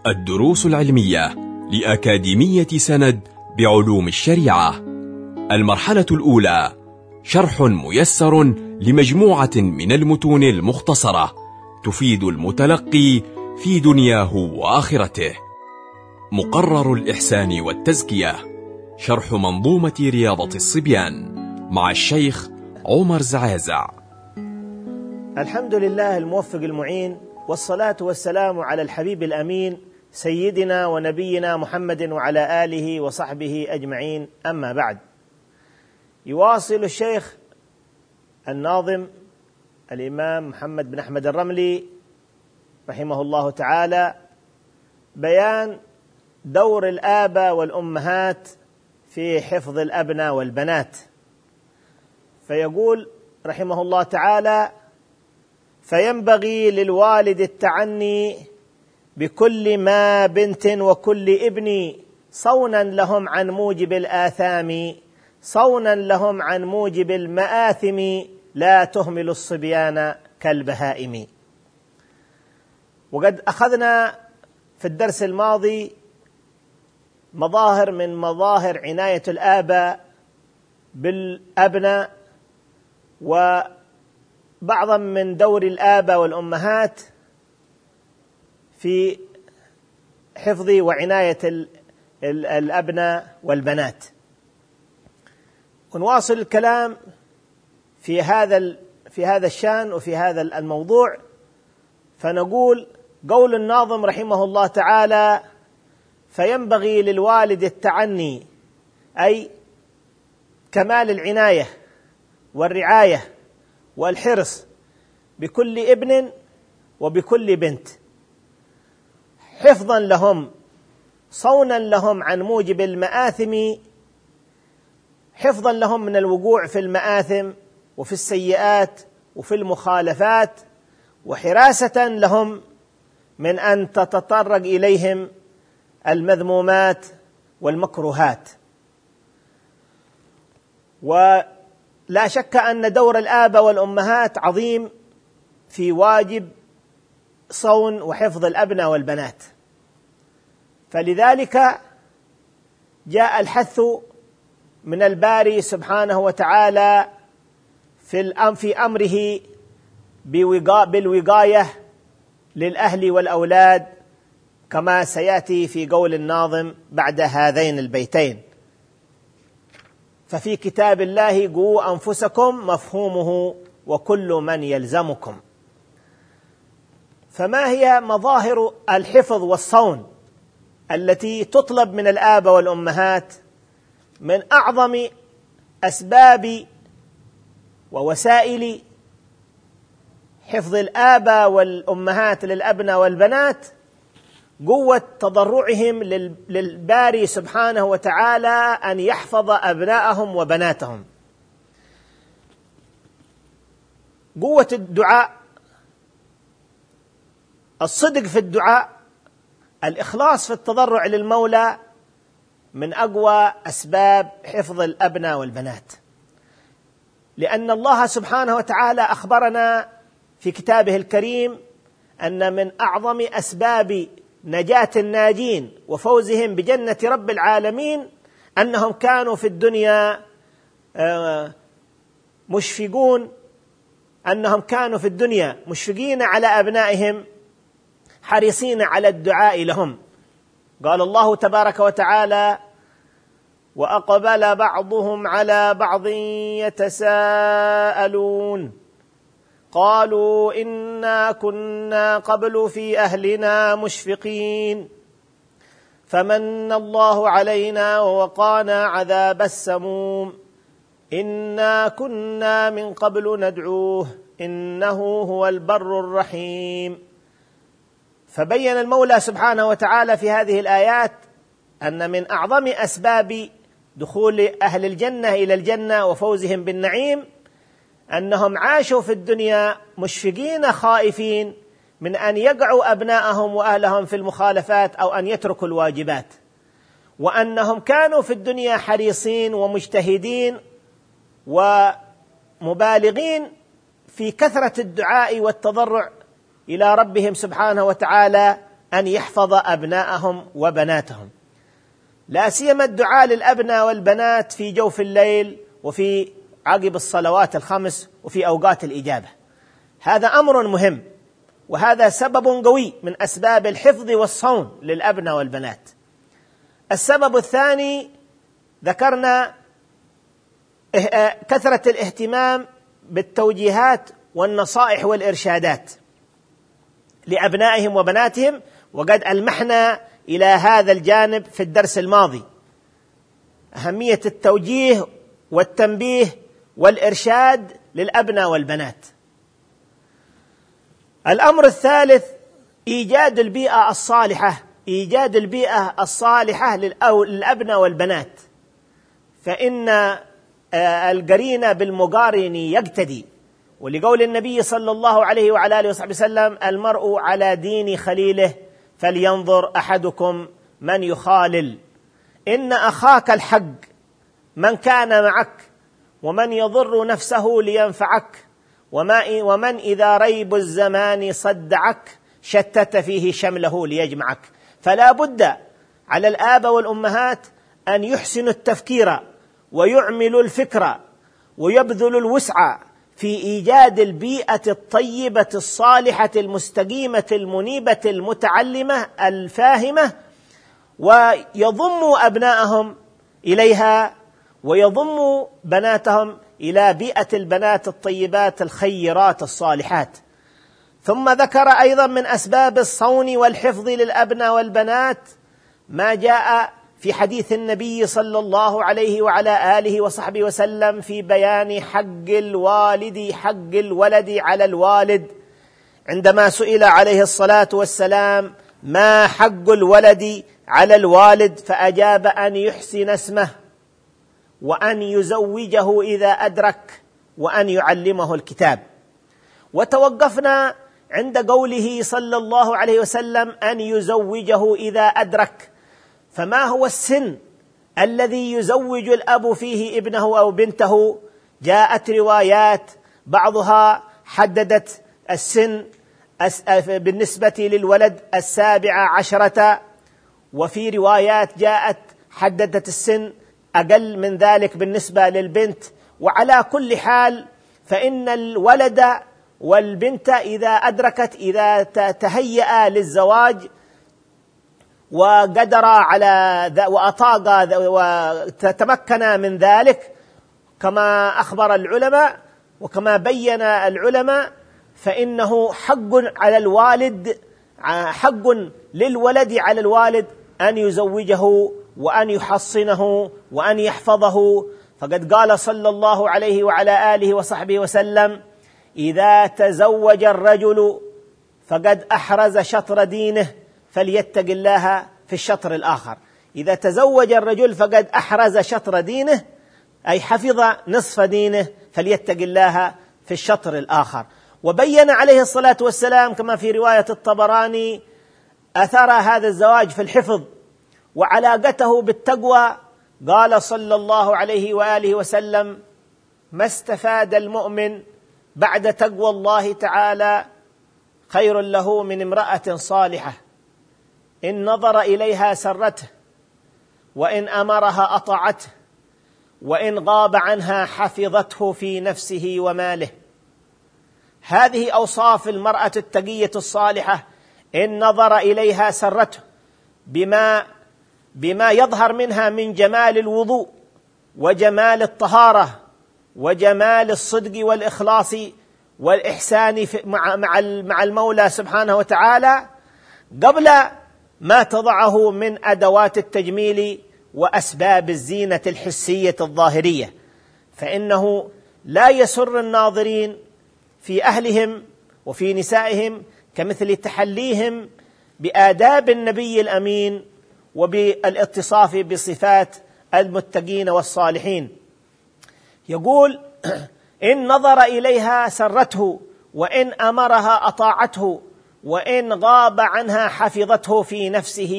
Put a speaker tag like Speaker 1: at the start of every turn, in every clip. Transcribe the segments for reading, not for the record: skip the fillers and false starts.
Speaker 1: الدروس العلمية لأكاديمية سند بعلوم الشريعة. المرحلة الأولى: شرح ميسر لمجموعة من المتون المختصرة تفيد المتلقي في دنياه وآخرته. مقرر الإحسان والتزكية، شرح منظومة رياضة الصبيان مع الشيخ عمر زعازع.
Speaker 2: الحمد لله الموفق المعين، والصلاة والسلام على الحبيب الأمين سيدنا ونبينا محمد وعلى آله وصحبه أجمعين. أما بعد، يواصل الشيخ الناظم الإمام محمد بن أحمد الرملي رحمه الله تعالى بيان دور الآباء والأمهات في حفظ الأبناء والبنات، فيقول رحمه الله تعالى: فينبغي للوالد التعني بكل ما بنت وكل ابن، صونا لهم عن موجب الآثام، صونا لهم عن موجب المآثم، لا تهمل الصبيان كالبهائم. وقد أخذنا في الدرس الماضي مظاهر من مظاهر عناية الآباء بالأبناء، وبعضا من دور الآباء والأمهات في حفظ وعناية الأبناء والبنات. ونواصل الكلام في هذا الشان وفي هذا الموضوع، فنقول: قول الناظم رحمه الله تعالى: فينبغي للوالد التعني، أي كمال العناية والرعاية والحرص بكل ابن وبكل بنت، حفظا لهم، صونا لهم عن موجب المآثم، حفظا لهم من الوقوع في المآثم وفي السيئات وفي المخالفات، وحراسة لهم من أن تتطرق إليهم المذمومات والمكروهات. ولا شك أن دور الآباء والأمهات عظيم في واجب صون وحفظ الأبناء والبنات، فلذلك جاء الحث من الباري سبحانه وتعالى في أمره بالوقاية للأهل والأولاد، كما سيأتي في قول الناظم بعد هذين البيتين: ففي كتاب الله قوا أنفسكم مفهومه وكل من يلزمكم. فما هي مظاهر الحفظ والصون التي تطلب من الآباء والأمهات؟ من أعظم أسباب ووسائل حفظ الآباء والأمهات للأبناء والبنات قوة تضرعهم للباري سبحانه وتعالى أن يحفظ أبناءهم وبناتهم. قوة الدعاء، الصدق في الدعاء، الإخلاص في التضرع للمولى، من أقوى أسباب حفظ الأبناء والبنات، لأن الله سبحانه وتعالى أخبرنا في كتابه الكريم أن من أعظم أسباب نجاة الناجين وفوزهم بجنة رب العالمين أنهم كانوا في الدنيا مشفقين على أبنائهم، حريصين على الدعاء لهم. قال الله تبارك وتعالى: وأقبل بعضهم على بعض يتساءلون قالوا إنا كنا قبل في أهلنا مشفقين فمن الله علينا ووقانا عذاب السموم إنا كنا من قبل ندعوه إنه هو البر الرحيم. فبين المولى سبحانه وتعالى في هذه الآيات أن من أعظم أسباب دخول أهل الجنة إلى الجنة وفوزهم بالنعيم أنهم عاشوا في الدنيا مشفقين خائفين من أن يقعوا أبناءهم وأهلهم في المخالفات أو أن يتركوا الواجبات، وأنهم كانوا في الدنيا حريصين ومجتهدين ومبالغين في كثرة الدعاء والتضرع إلى ربهم سبحانه وتعالى أن يحفظ أبناءهم وبناتهم، لا سيما الدعاء للأبناء والبنات في جوف الليل وفي عقب الصلوات الخمس وفي أوقات الإجابة. هذا أمر مهم، وهذا سبب قوي من أسباب الحفظ والصون للأبناء والبنات. السبب الثاني ذكرنا كثرة الاهتمام بالتوجيهات والنصائح والإرشادات لأبنائهم وبناتهم، وقد ألمحنا إلى هذا الجانب في الدرس الماضي، أهمية التوجيه والتنبيه والإرشاد للأبناء والبنات. الأمر الثالث إيجاد البيئة الصالحة للأبناء والبنات، فإن القرين بالمقارن يقتدي، ولقول النبي صلى الله عليه وعلى آله وصحبه وسلم: المرء على دين خليله فلينظر أحدكم من يخالل. إن أخاك الحق من كان معك، ومن يضر نفسه لينفعك، ومن إذا ريب الزمان صدعك شتت فيه شمله ليجمعك. فلا بد على الآباء والأمهات أن يحسنوا التفكير ويعملوا الفكرة ويبذلوا الوسع في إيجاد البيئة الطيبة الصالحة المستقيمة المنيبة المتعلمة الفاهمة، ويضموا أبناءهم إليها ويضموا بناتهم إلى بيئة البنات الطيبات الخيرات الصالحات. ثم ذكر أيضا من أسباب الصون والحفظ للأبناء والبنات ما جاء في حديث النبي صلى الله عليه وعلى آله وصحبه وسلم في بيان حق الولد على الوالد، عندما سئل عليه الصلاة والسلام: ما حق الولد على الوالد؟ فأجاب: أن يحسن اسمه، وأن يزوجه إذا أدرك، وأن يعلمه الكتاب. وتوقفنا عند قوله صلى الله عليه وسلم: أن يزوجه إذا أدرك. فما هو السن الذي يزوج الأب فيه ابنه أو بنته؟ جاءت روايات بعضها حددت السن بالنسبة للولد 17، وفي روايات جاءت حددت السن أقل من ذلك بالنسبة للبنت. وعلى كل حال فإن الولد والبنت إذا أدركت، إذا تهيأ للزواج وقدر على وأطاق وتتمكن من ذلك كما أخبر العلماء وكما بين العلماء، فإنه حق للولد على الوالد أن يزوجه وأن يحصنه وأن يحفظه. فقد قال صلى الله عليه وعلى آله وصحبه وسلم: إذا تزوج الرجل فقد أحرز شطر دينه فليتق الله في الشطر الآخر. إذا تزوج الرجل فقد أحرز شطر دينه، أي حفظ نصف دينه، فليتق الله في الشطر الآخر. وبين عليه الصلاة والسلام كما في رواية الطبراني أثر هذا الزواج في الحفظ وعلاقته بالتقوى. قال صلى الله عليه وآله وسلم: ما استفاد المؤمن بعد تقوى الله تعالى خير له من امرأة صالحة إن نظر إليها سرته، وإن أمرها أطاعته، وإن غاب عنها حفظته في نفسه وماله. هذه أوصاف المرأة التقية الصالحة: إن نظر إليها سرته، بما يظهر منها من جمال الوضوء وجمال الطهارة وجمال الصدق والإخلاص والإحسان مع المولى سبحانه وتعالى، قبل ما تضعه من أدوات التجميل وأسباب الزينة الحسية الظاهرية. فإنه لا يسر الناظرين في أهلهم وفي نسائهم كمثل تحليهم بآداب النبي الأمين وبالاتصاف بصفات المتقين والصالحين. يقول: إن نظر إليها سرته، وإن أمرها أطاعته، وإن غاب عنها حفظته في نفسه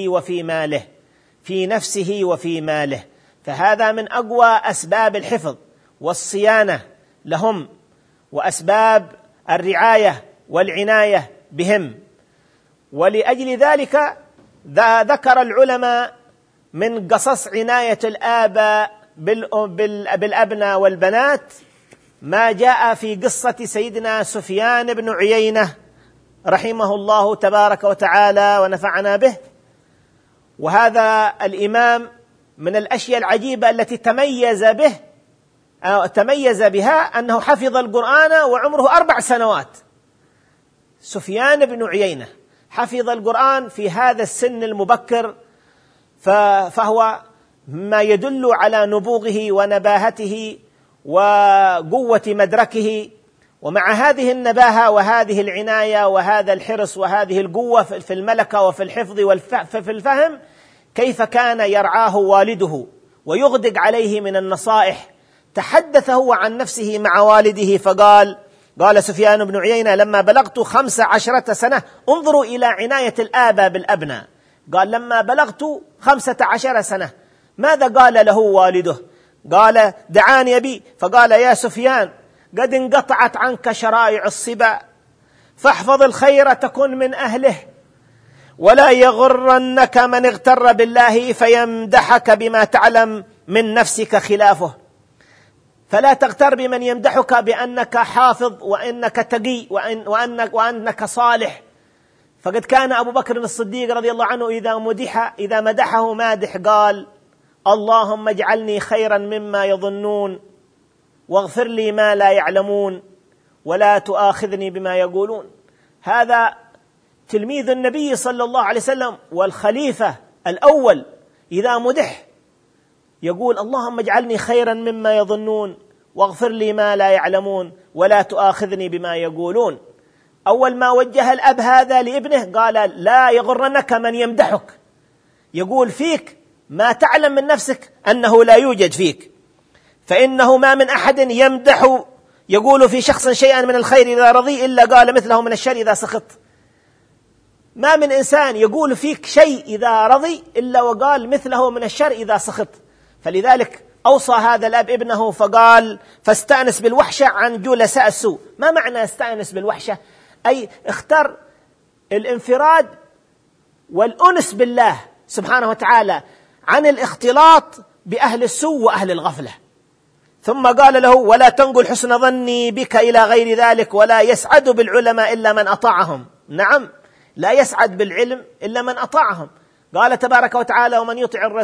Speaker 2: وفي ماله. فهذا من أقوى أسباب الحفظ والصيانة لهم وأسباب الرعاية والعناية بهم. ولأجل ذلك ذكر العلماء من قصص عناية الآباء بالأبناء والبنات ما جاء في قصة سيدنا سفيان بن عيينة رحمه الله تبارك وتعالى ونفعنا به. وهذا الإمام من الأشياء العجيبة التي تميز بها أنه حفظ القرآن وعمره 4 سنوات. سفيان بن عيينة حفظ القرآن في هذا السن المبكر، فهو ما يدل على نبوغه ونباهته وقوة مدركه. ومع هذه النباهة وهذه العناية وهذا الحرص وهذه القوة في الملكة وفي الحفظ وفي الفهم، كيف كان يرعاه والده ويغدق عليه من النصائح. تحدث هو عن نفسه مع والده قال سفيان بن عيينة: لما بلغت 15 سنة، انظروا إلى عناية الآباء بالأبناء، قال لما بلغت 15 سنة ماذا قال له والده؟ قال: دعاني أبي فقال: يا سفيان، قد انقطعت عنك شرائع الصبا، فاحفظ الخير تكن من أهله، ولا يغرنك من اغتر بالله فيمدحك بما تعلم من نفسك خلافه. فلا تغتر بمن يمدحك بأنك حافظ وأنك تقي وأنك صالح. فقد كان أبو بكر الصديق رضي الله عنه إذا مدحه مادح قال: اللهم اجعلني خيرا مما يظنون، واغفر لي ما لا يعلمون، ولا تؤاخذني بما يقولون. هذا تلميذ النبي صلى الله عليه وسلم والخليفة الأول إذا مدح يقول: اللهم اجعلني خيرا مما يظنون، واغفر لي ما لا يعلمون، ولا تؤاخذني بما يقولون. أول ما وجه الأب هذا لابنه قال: لا يغرنك من يمدحك، يقول فيك ما تعلم من نفسك أنه لا يوجد فيك، فإنه ما من أحد يمدح يقول في شخص شيئا من الخير إذا رضي إلا قال مثله من الشر إذا سخط. ما من إنسان يقول فيك شيء إذا رضي إلا وقال مثله من الشر إذا سخط. فلذلك أوصى هذا الأب ابنه فقال: فاستأنس بالوحشة عن جلساء السوء. ما معنى استأنس بالوحشة؟ أي اختر الانفراد والأنس بالله سبحانه وتعالى عن الاختلاط بأهل السوء وأهل الغفلة. ثم قال له: ولا تنقل حسن ظني بك إلى غير ذلك، ولا يسعد بالعلماء إلا من أطاعهم. نعم، لا يسعد بالعلم إلا من أطاعهم. قال تبارك وتعالى: ومن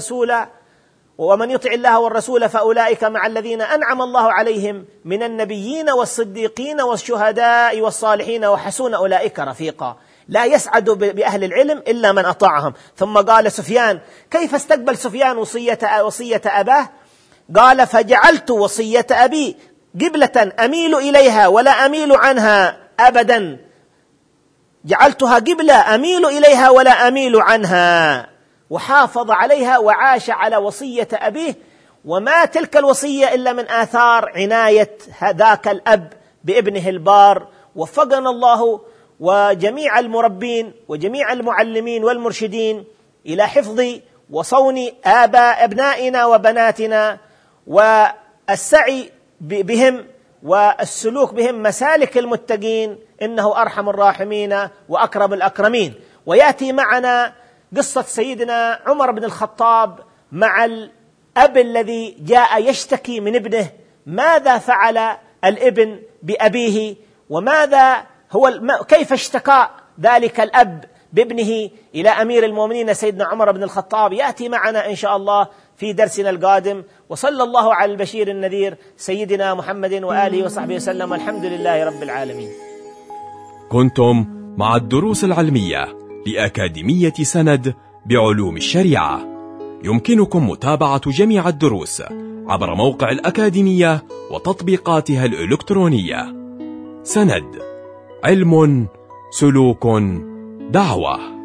Speaker 2: يطع الله والرسول فأولئك مع الذين أنعم الله عليهم من النبيين والصديقين والشهداء والصالحين وحسن أولئك رفيقا. لا يسعد بأهل العلم إلا من أطاعهم. ثم قال سفيان: كيف استقبل سفيان وصية أباه؟ قال: فجعلت وصية أبي قبلة أميل إليها ولا أميل عنها أبدا. جعلتها قبلة أميل إليها ولا أميل عنها، وحافظ عليها وعاش على وصية أبيه. وما تلك الوصية إلا من آثار عناية ذاك الأب بابنه البار. وفقنا الله وجميع المربين وجميع المعلمين والمرشدين إلى حفظ وصون أبنائنا وبناتنا، والسعي بهم والسلوك بهم مسالك المتقين، إنه أرحم الراحمين وأكرم الأكرمين. ويأتي معنا قصة سيدنا عمر بن الخطاب مع الأب الذي جاء يشتكي من ابنه. ماذا فعل الابن بأبيه، وماذا كيف اشتكى ذلك الأب بابنه إلى أمير المؤمنين سيدنا عمر بن الخطاب؟ يأتي معنا إن شاء الله في درسنا القادم. وصلى الله على البشير النذير سيدنا محمد وآله وصحبه وسلم، الحمد لله رب العالمين.
Speaker 1: كنتم مع الدروس العلمية لأكاديمية سند بعلوم الشريعة. يمكنكم متابعة جميع الدروس عبر موقع الأكاديمية وتطبيقاتها الإلكترونية. سند، علم، سلوك، دعوة.